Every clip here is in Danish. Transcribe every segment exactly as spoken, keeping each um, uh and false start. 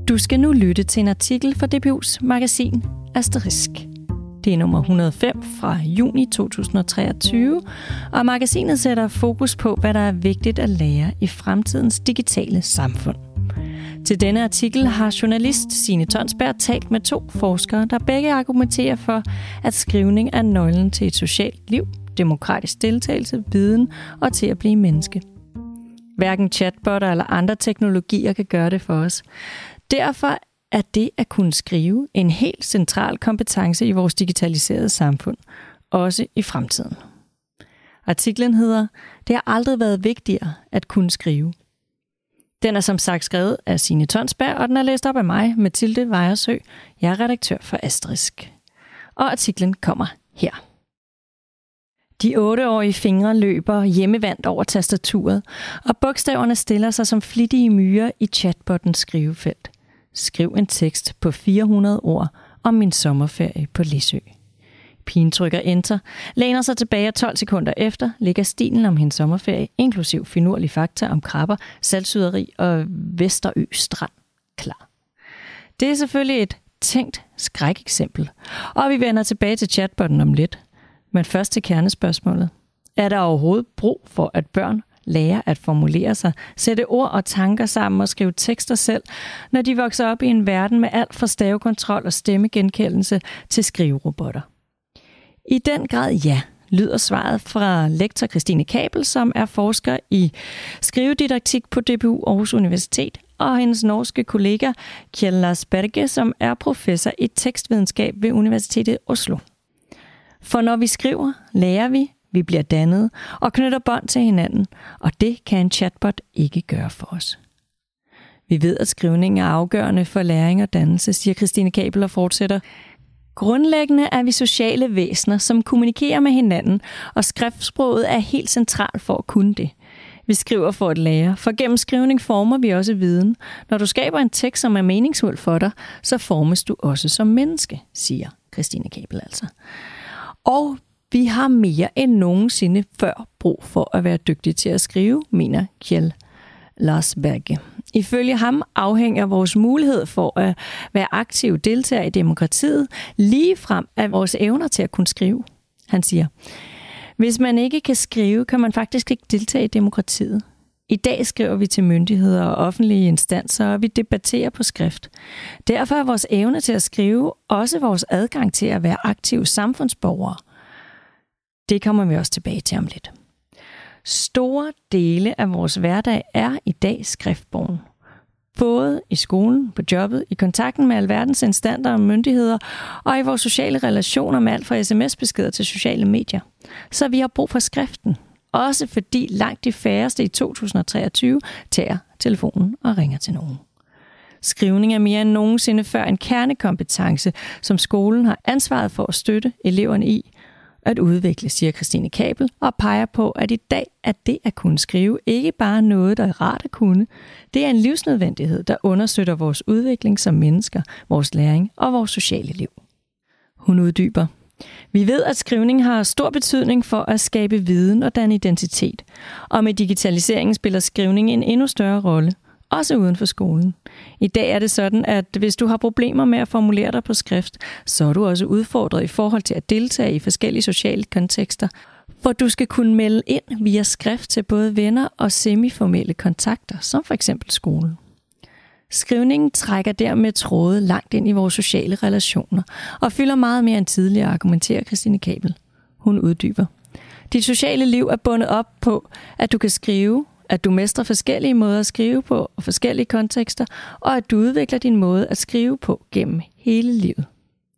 Du skal nu lytte til en artikel fra D P U's magasin Asterisk. Det er nummer et hundrede og fem fra juni to tusind og treogtyve, og magasinet sætter fokus på, hvad der er vigtigt at lære i fremtidens digitale samfund. Til denne artikel har journalist Signe Tonsberg talt med to forskere, der begge argumenterer for, at skrivning er nøglen til et socialt liv, demokratisk deltagelse, viden og til at blive menneske. Hverken chatbotter eller andre teknologier kan gøre det for os. Derfor er det at kunne skrive en helt central kompetence i vores digitaliserede samfund, også i fremtiden. Artiklen hedder "Det har aldrig været vigtigere at kunne skrive". Den er som sagt skrevet af Signe Tonsberg, og den er læst op af mig, Mathilde Vejersø. Jeg er redaktør for Asterisk. Og artiklen kommer her. De otteårige fingre løber hjemmevandt over tastaturet, og bogstaverne stiller sig som flittige myrer i chatbottens skrivefelt. Skriv en tekst på fire hundrede ord om min sommerferie på Læsø. Pigen trykker enter, læner sig tilbage, og tolv sekunder efter ligger stilen om hendes sommerferie, inklusiv finurlige fakta om krabber, saltsyderi og Vesterø Strand, klar. Det er selvfølgelig et tænkt skrækeksempel, og vi vender tilbage til chatbotten om lidt. Men først til kernespørgsmålet. Er der overhovedet brug for, at børn lærer at formulere sig, sætte ord og tanker sammen og skrive tekster selv, når de vokser op i en verden med alt fra stavekontrol og stemmegenkendelse til skriverobotter? I den grad ja, lyder svaret fra lektor Christine Kabel, som er forsker i skrivedidaktik på D P U Aarhus Universitet, og hendes norske kollega Kjell Lars Berge, som er professor i tekstvidenskab ved Universitetet i Oslo. For når vi skriver, lærer vi, vi bliver dannet og knytter bånd til hinanden, og det kan en chatbot ikke gøre for os. Vi ved, at skrivning er afgørende for læring og dannelse, siger Christine Kabel og fortsætter. Grundlæggende er vi sociale væsener, som kommunikerer med hinanden, og skriftsproget er helt centralt for at kunne det. Vi skriver for at lære, for gennem skrivning former vi også viden. Når du skaber en tekst, som er meningsfuld for dig, så formes du også som menneske, siger Christine Kabel altså. Og vi har mere end nogensinde før brug for at være dygtige til at skrive, mener Kjell Lars Berge. Ifølge ham afhænger vores mulighed for at være aktive deltagere i demokratiet lige frem af vores evner til at kunne skrive. Han siger, hvis man ikke kan skrive, kan man faktisk ikke deltage i demokratiet. I dag skriver vi til myndigheder og offentlige instanser, og vi debatterer på skrift. Derfor er vores evne til at skrive også vores adgang til at være aktive samfundsborgere. Det kommer vi også tilbage til om lidt. Store dele af vores hverdag er i dag skriftborgen. Både i skolen, på jobbet, i kontakten med alverdens instanser og myndigheder, og i vores sociale relationer med alt fra sms-beskeder til sociale medier. Så vi har brug for skriften. Også fordi langt de færreste i to tusind og treogtyve tager telefonen og ringer til nogen. Skrivning er mere end nogensinde før en kernekompetence, som skolen har ansvaret for at støtte eleverne i at udvikle, siger Christine Kabel, og peger på, at i dag er det at kunne skrive ikke bare noget, der er rart at kunne. Det er en livsnødvendighed, der understøtter vores udvikling som mennesker, vores læring og vores sociale liv. Hun uddyber. Vi ved, at skrivning har stor betydning for at skabe viden og danne identitet. Og med digitaliseringen spiller skrivning en endnu større rolle, også uden for skolen. I dag er det sådan, at hvis du har problemer med at formulere dig på skrift, så er du også udfordret i forhold til at deltage i forskellige sociale kontekster, hvor du skal kunne melde ind via skrift til både venner og semiformelle kontakter, som for eksempel skolen. Skrivningen trækker dermed tråde langt ind i vores sociale relationer og fylder meget mere end tidligere, argumenterer Christine Kabel. Hun uddyber. Dit sociale liv er bundet op på, at du kan skrive, at du mestrer forskellige måder at skrive på og forskellige kontekster, og at du udvikler din måde at skrive på gennem hele livet.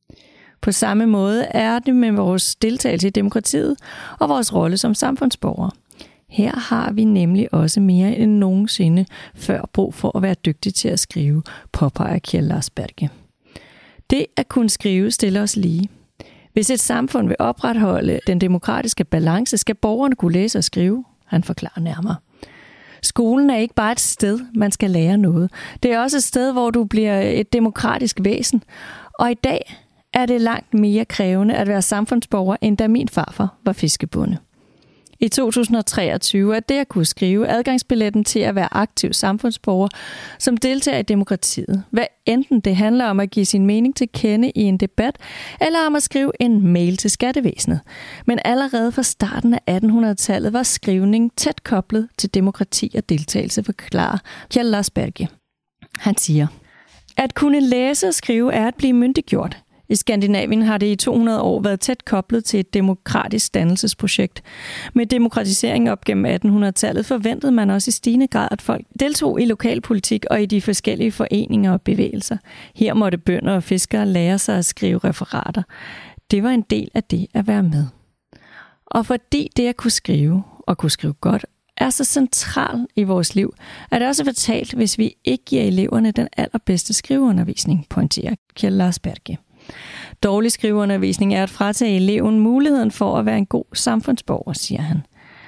På samme måde er det med vores deltagelse i demokratiet og vores rolle som samfundsborgere. Her har vi nemlig også mere end nogensinde før brug for at være dygtige til at skrive, påpeger Kjell Lars Berge. Det at kunne skrive stiller os lige. Hvis et samfund vil opretholde den demokratiske balance, skal borgerne kunne læse og skrive, han forklarer nærmere. Skolen er ikke bare et sted, man skal lære noget. Det er også et sted, hvor du bliver et demokratisk væsen. Og i dag er det langt mere krævende at være samfundsborger, end da min farfar var fiskebonde. I to tusind og treogtyve er det at kunne skrive adgangsbilletten til at være aktiv samfundsborger, som deltager i demokratiet. Hvad enten det handler om at give sin mening til kende i en debat, eller om at skrive en mail til skattevæsenet. Men allerede fra starten af attenhundredetallet var skrivning tæt koblet til demokrati og deltagelse, forklarer Kjell Larsberge. Han siger, at kunne læse og skrive er at blive myndiggjort. I Skandinavien har det i to hundrede år været tæt koblet til et demokratisk dannelsesprojekt. Med demokratisering op gennem attenhundredetallet forventede man også i stigende grad, at folk deltog i lokalpolitik og i de forskellige foreninger og bevægelser. Her måtte bønder og fiskere lære sig at skrive referater. Det var en del af det at være med. Og fordi det at kunne skrive, og kunne skrive godt, er så central i vores liv, er det også fatalt, hvis vi ikke giver eleverne den allerbedste skriveundervisning, pointerer Kjell Larsberge. Dårlig skriveundervisning er at fratage eleven muligheden for at være en god samfundsborger, siger han.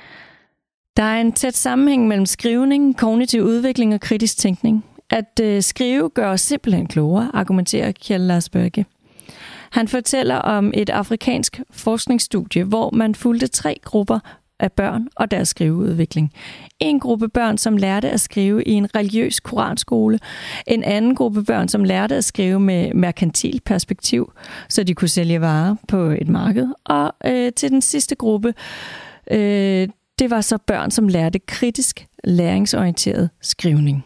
Der er en tæt sammenhæng mellem skrivning, kognitiv udvikling og kritisk tænkning. At øh, skrive gør os simpelthen klogere, argumenterer Kjell Larsberge. Han fortæller om et afrikansk forskningsstudie, hvor man fulgte tre grupper af børn og deres skriveudvikling. En gruppe børn, som lærte at skrive i en religiøs koranskole. En anden gruppe børn, som lærte at skrive med merkantil perspektiv, så de kunne sælge varer på et marked. Og øh, til den sidste gruppe, øh, det var så børn, som lærte kritisk læringsorienteret skrivning.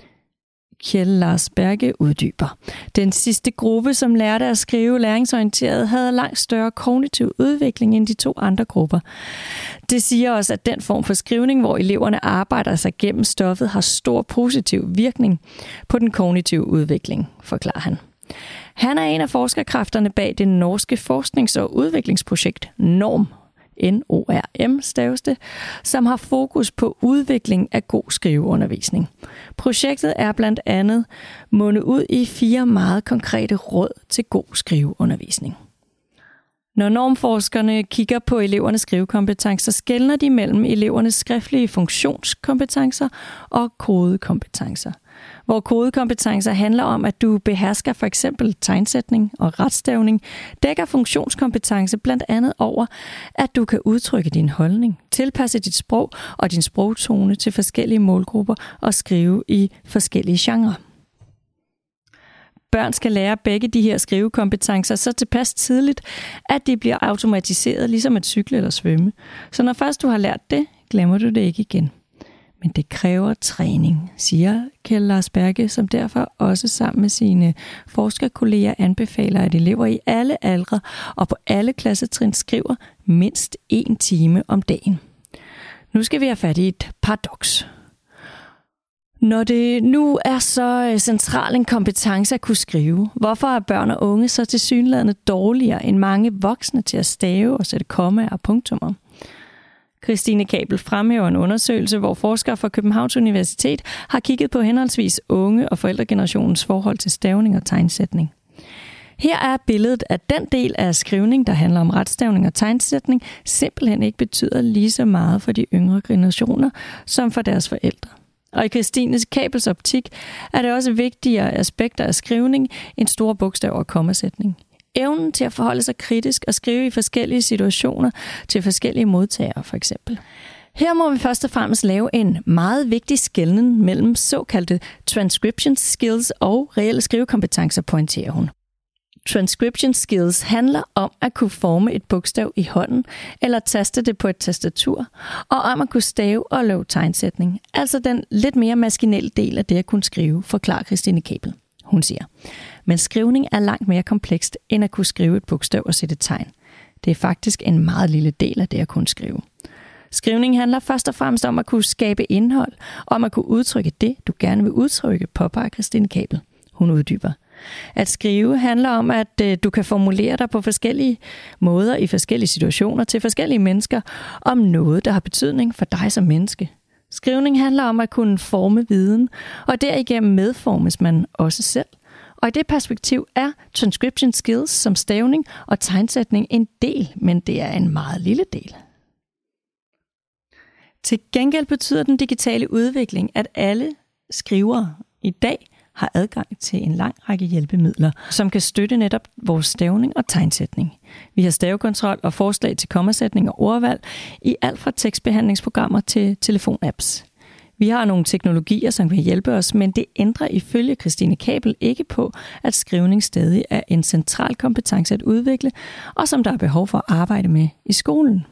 Kjell Larsberge uddyber. Den sidste gruppe, som lærte at skrive læringsorienteret, havde langt større kognitiv udvikling end de to andre grupper. Det siger også, at den form for skrivning, hvor eleverne arbejder sig gennem stoffet, har stor positiv virkning på den kognitive udvikling, forklarer han. Han er en af forskerkræfterne bag det norske forsknings- og udviklingsprojekt NORM, N O R M staves det, som har fokus på udvikling af god skriveundervisning. Projektet er blandt andet mundet ud i fire meget konkrete råd til god skriveundervisning. Når normforskerne kigger på elevernes skrivekompetencer, skelner de mellem elevernes skriftlige funktionskompetencer og kodekompetencer. Hvor kodekompetencer handler om, at du behersker for eksempel tegnsætning og retstavning, dækker funktionskompetence blandt andet over, at du kan udtrykke din holdning, tilpasse dit sprog og din sprogtone til forskellige målgrupper og skrive i forskellige genrer. Børn skal lære begge de her skrivekompetencer så tilpas tidligt, at de bliver automatiseret, ligesom at cykle eller svømme. Så når først du har lært det, glemmer du det ikke igen. Men det kræver træning, siger Kjell Larsberge, som derfor også sammen med sine forskerkolleger anbefaler, at elever i alle aldre og på alle klassetrin skriver mindst en time om dagen. Nu skal vi have fat i et paradoks. Når det nu er så central en kompetence at kunne skrive, hvorfor er børn og unge så tilsyneladende dårligere end mange voksne til at stave og sætte kommaer og punktummer? Christine Kabel fremhæver en undersøgelse, hvor forskere fra Københavns Universitet har kigget på henholdsvis unge og forældregenerationens forhold til stavning og tegnsætning. Her er billedet af den del af skrivning, der handler om retstavning og tegnsætning, simpelthen ikke betyder lige så meget for de yngre generationer som for deres forældre. Og i Christine Kabels optik er det også vigtigere aspekter af skrivning end store bogstaver og kommasætning. Evnen til at forholde sig kritisk og skrive i forskellige situationer til forskellige modtagere, for eksempel. Her må vi først og fremmest lave en meget vigtig skelnen mellem såkaldte transcription skills og reelle skrivekompetencer, pointerer hun. Transcription skills handler om at kunne forme et bogstav i hånden eller taste det på et tastatur, og om at kunne stave og lave tegnsætning, altså den lidt mere maskinelle del af det at kunne skrive, forklarer Christine Kabel. Hun siger, men skrivning er langt mere komplekst end at kunne skrive et bogstav og sætte tegn. Det er faktisk en meget lille del af det at kunne skrive. Skrivning handler først og fremmest om at kunne skabe indhold, om at kunne udtrykke det, du gerne vil udtrykke, påpeger Christine Kabel. Hun uddyber. At skrive handler om, at øh, du kan formulere dig på forskellige måder i forskellige situationer til forskellige mennesker om noget, der har betydning for dig som menneske. Skrivning handler om at kunne forme viden, og derigennem medformes man også selv. Og i det perspektiv er transcription skills som stavning og tegnsætning en del, men det er en meget lille del. Til gengæld betyder den digitale udvikling, at alle skrivere i dag har adgang til en lang række hjælpemidler, som kan støtte netop vores stavning og tegnsætning. Vi har stavekontrol og forslag til kommasætning og ordvalg i alt fra tekstbehandlingsprogrammer til telefonapps. Vi har nogle teknologier, som kan hjælpe os, men det ændrer ifølge Christine Kabel ikke på, at skrivning stadig er en central kompetence at udvikle, og som der er behov for at arbejde med i skolen.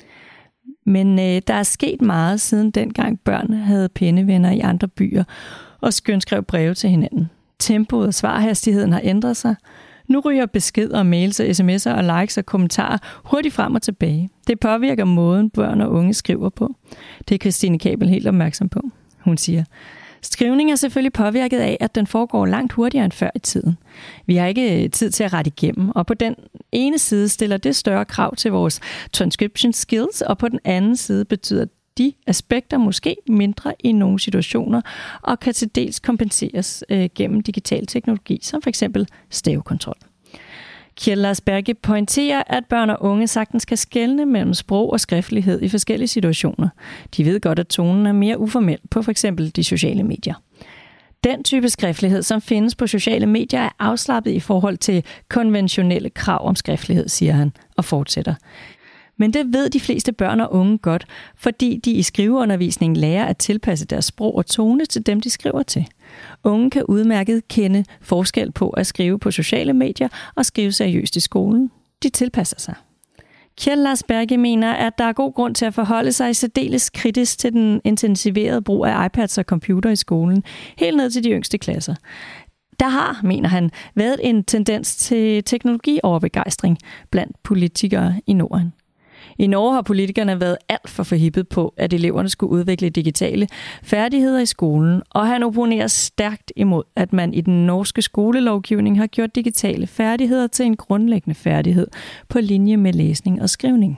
Men øh, der er sket meget siden dengang børn havde pennevenner i andre byer og skønskrev breve til hinanden. Tempoet og svarhastigheden har ændret sig. Nu ryger beskeder, mails og sms'er og likes og kommentarer hurtigt frem og tilbage. Det påvirker måden, børn og unge skriver på. Det er Christine Kabel helt opmærksom på. Hun siger, skrivning er selvfølgelig påvirket af, at den foregår langt hurtigere end før i tiden. Vi har ikke tid til at rette igennem, og på den ene side stiller det større krav til vores transcription skills, og på den anden side betyder de aspekter måske mindre i nogle situationer, og kan til dels kompenseres øh, gennem digital teknologi, som f.eks. stavekontrol. Kjeld Larsberge pointerer, at børn og unge sagtens kan skelne mellem sprog og skriftlighed i forskellige situationer. De ved godt, at tonen er mere uformel på f.eks. de sociale medier. Den type skriftlighed, som findes på sociale medier, er afslappet i forhold til konventionelle krav om skriftlighed, siger han og fortsætter. Men det ved de fleste børn og unge godt, fordi de i skriveundervisningen lærer at tilpasse deres sprog og tone til dem, de skriver til. Unge kan udmærket kende forskel på at skrive på sociale medier og skrive seriøst i skolen. De tilpasser sig. Kjeld Larsberge mener, at der er god grund til at forholde sig særdeles kritisk til den intensiverede brug af iPads og computer i skolen, helt ned til de yngste klasser. Der har, mener han, været en tendens til teknologioverbegejstring blandt politikere i Norden. I Norge har politikerne været alt for forhippet på, at eleverne skulle udvikle digitale færdigheder i skolen, og han opponerer stærkt imod, at man i den norske skolelovgivning har gjort digitale færdigheder til en grundlæggende færdighed på linje med læsning og skrivning.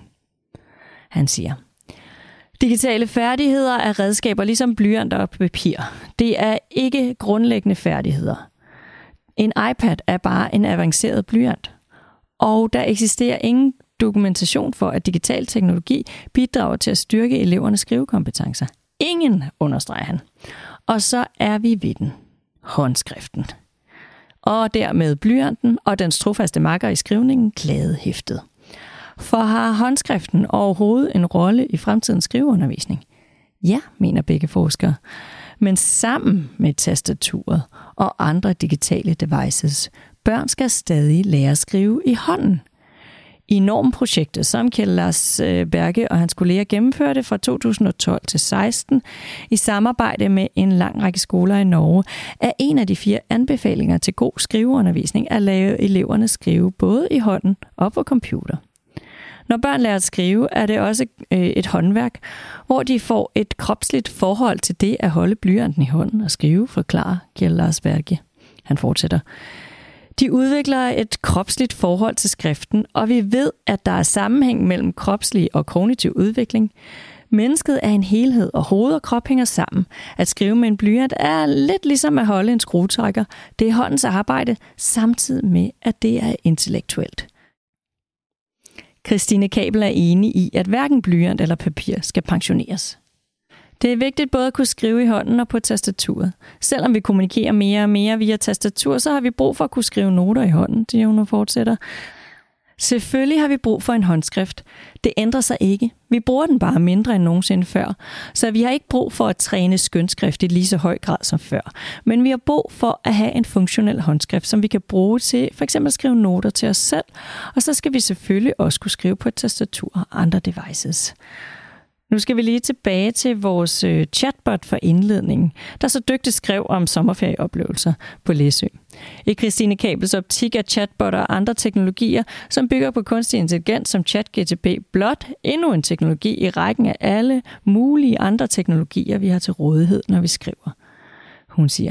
Han siger, digitale færdigheder er redskaber ligesom blyanter og papir. Det er ikke grundlæggende færdigheder. En iPad er bare en avanceret blyant, og der eksisterer ingen dokumentation for, at digital teknologi bidrager til at styrke elevernes skrivekompetencer. Ingen, understreger han. Og så er vi ved den. Håndskriften. Og dermed blyanten og dens trofaste makker i skrivningen kladehæftet. For har håndskriften overhovedet en rolle i fremtidens skriveundervisning? Ja, mener begge forskere. Men sammen med tastaturet og andre digitale devices, børn skal stadig lære at skrive i hånden. I normprojektet, som Kjeld Larsberge og hans kolleger gennemførte fra to tusind og tolv til seksten i samarbejde med en lang række skoler i Norge, er en af de fire anbefalinger til god skriveundervisning at lade eleverne skrive både i hånden og på computer. Når børn lærer at skrive, er det også et håndværk, hvor de får et kropsligt forhold til det at holde blyanten i hånden og skrive, forklarer Kjeld Larsberge. Han fortsætter. De udvikler et kropsligt forhold til skriften, og vi ved, at der er sammenhæng mellem kropslig og kognitiv udvikling. Mennesket er en helhed, og hoved og krop hænger sammen. At skrive med en blyant er lidt ligesom at holde en skruetrækker. Det er håndens arbejde, samtidig med, at det er intellektuelt. Christine Kabel er enig i, at hverken blyant eller papir skal pensioneres. Det er vigtigt både at kunne skrive i hånden og på tastaturet. Selvom vi kommunikerer mere og mere via tastatur, så har vi brug for at kunne skrive noter i hånden, det hun fortsætter. Selvfølgelig har vi brug for en håndskrift. Det ændrer sig ikke. Vi bruger den bare mindre end nogensinde før. Så vi har ikke brug for at træne skønskrift i lige så høj grad som før. Men vi har brug for at have en funktionel håndskrift, som vi kan bruge til for eksempel at skrive noter til os selv. Og så skal vi selvfølgelig også kunne skrive på et tastatur og andre devices. Nu skal vi lige tilbage til vores chatbot for indledningen, der så dygtigt skrev om sommerferieoplevelser på Læsø. I Christine Kabels optik er chatbotter og andre teknologier, som bygger på kunstig intelligens som ChatGPT, blot endnu en teknologi i rækken af alle mulige andre teknologier, vi har til rådighed, når vi skriver. Hun siger,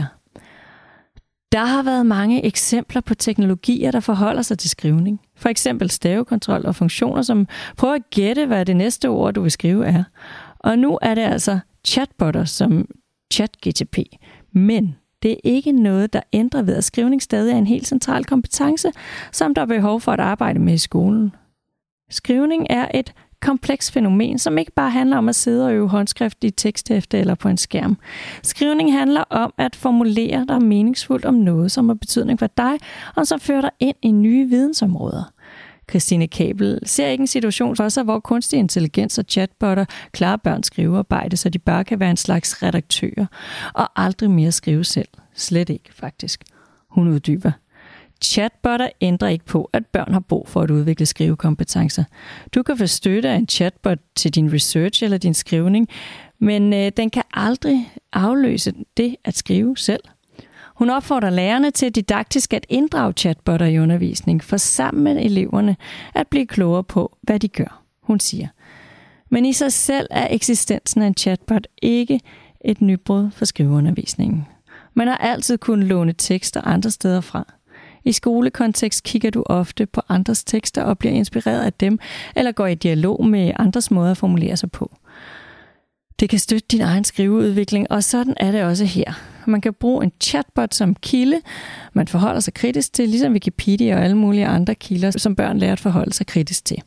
der har været mange eksempler på teknologier, der forholder sig til skrivning. For eksempel stavekontrol og funktioner, som prøver at gætte, hvad det næste ord, du vil skrive er. Og nu er det altså chatbotter som ChatGPT. Men det er ikke noget, der ændrer ved, at skrivning stadig er en helt central kompetence, som der er behov for at arbejde med i skolen. Skrivning er et komplekst fænomen, som ikke bare handler om at sidde og øve håndskrift i teksthæfte eller på en skærm. Skrivning handler om at formulere dig meningsfuldt om noget, som har betydning for dig, og så fører dig ind i nye vidensområder. Christine Kabel ser ikke en situation for sig, hvor kunstig intelligens og chatbotter klarer børns skrivearbejde, så de bare kan være en slags redaktører og aldrig mere skrive selv. Slet ikke, faktisk. Hun uddyber. Chatbotter ændrer ikke på, at børn har brug for at udvikle skrivekompetencer. Du kan få støtte af en chatbot til din research eller din skrivning, men øh, den kan aldrig afløse det at skrive selv. Hun opfordrer lærerne til didaktisk at inddrage chatbotter i undervisning, for sammen med eleverne at blive klogere på, hvad de gør. Hun siger, men i sig selv er eksistensen af en chatbot ikke et nybrud for skriveundervisningen. Man har altid kunnet låne tekster andre steder fra. I skolekontekst kigger du ofte på andres tekster og bliver inspireret af dem, eller går i dialog med andres måder at formulere sig på. Det kan støtte din egen skriveudvikling, og sådan er det også her. Man kan bruge en chatbot som kilde, man forholder sig kritisk til, ligesom Wikipedia og alle mulige andre kilder, som børn lærer at forholde sig kritisk til.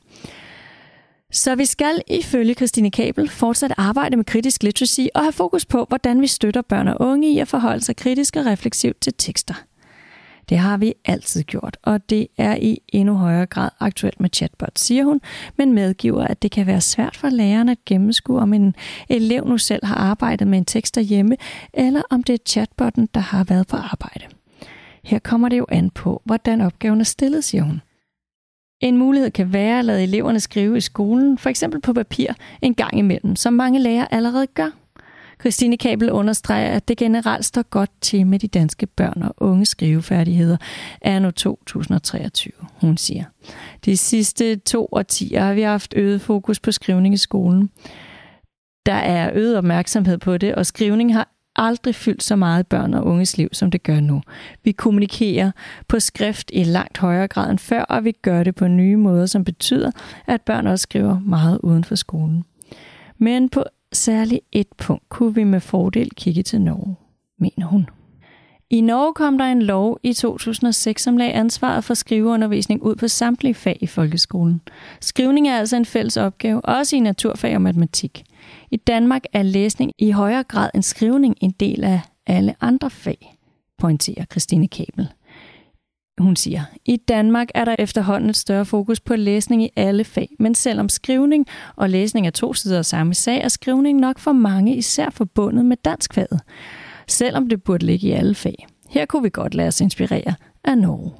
Så vi skal ifølge Christine Kabel fortsat arbejde med kritisk literacy og have fokus på, hvordan vi støtter børn og unge i at forholde sig kritisk og refleksivt til tekster. Det har vi altid gjort, og det er i endnu højere grad aktuelt med chatbot, siger hun, men medgiver, at det kan være svært for læreren at gennemskue, om en elev nu selv har arbejdet med en tekst derhjemme, eller om det er chatbotten, der har været på arbejde. Her kommer det jo an på, hvordan opgaven er stillet, siger hun. En mulighed kan være at lade eleverne skrive i skolen, for eksempel på papir, en gang imellem, som mange lærere allerede gør. Christine Kabel understreger, at det generelt står godt til med de danske børn og unge skrivefærdigheder anno to tusind og treogtyve. Hun siger, de sidste to årtier har vi haft øget fokus på skrivning i skolen. Der er øget opmærksomhed på det, og skrivning har aldrig fyldt så meget i børn og unges liv, som det gør nu. Vi kommunikerer på skrift i langt højere grad end før, og vi gør det på nye måder, som betyder, at børn også skriver meget uden for skolen. Men på særligt et punkt kunne vi med fordel kigge til Norge, mener hun. I Norge kom der en lov i to tusind og seks, som lagde ansvaret for skriveundervisning ud på samtlige fag i folkeskolen. Skrivning er altså en fælles opgave, også i naturfag og matematik. I Danmark er læsning i højere grad end skrivning en del af alle andre fag, pointerer Christine Kabel. Hun siger, i Danmark er der efterhånden et større fokus på læsning i alle fag, men selvom skrivning og læsning er to sider af samme sag, er skrivning nok for mange især forbundet med danskfaget, selvom det burde ligge i alle fag. Her kunne vi godt lade os inspirere af Norge.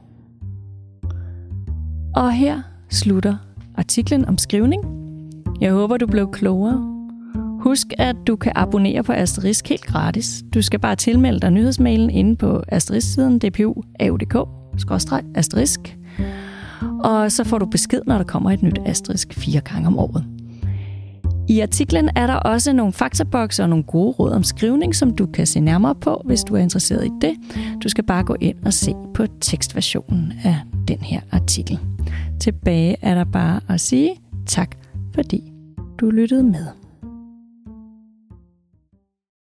Og her slutter artiklen om skrivning. Jeg håber, du blev klogere. Husk, at du kan abonnere på Asterisk helt gratis. Du skal bare tilmelde dig nyhedsmailen inde på Asterisk-siden d p u punktum a u punktum d k skråstreg asterisk. Og så får du besked, når der kommer et nyt asterisk fire gange om året. I artiklen er der også nogle faktabokse og nogle gode råd om skrivning, som du kan se nærmere på, hvis du er interesseret i det. Du skal bare gå ind og se på tekstversionen af den her artikel. Tilbage er der bare at sige tak, fordi du lyttede med.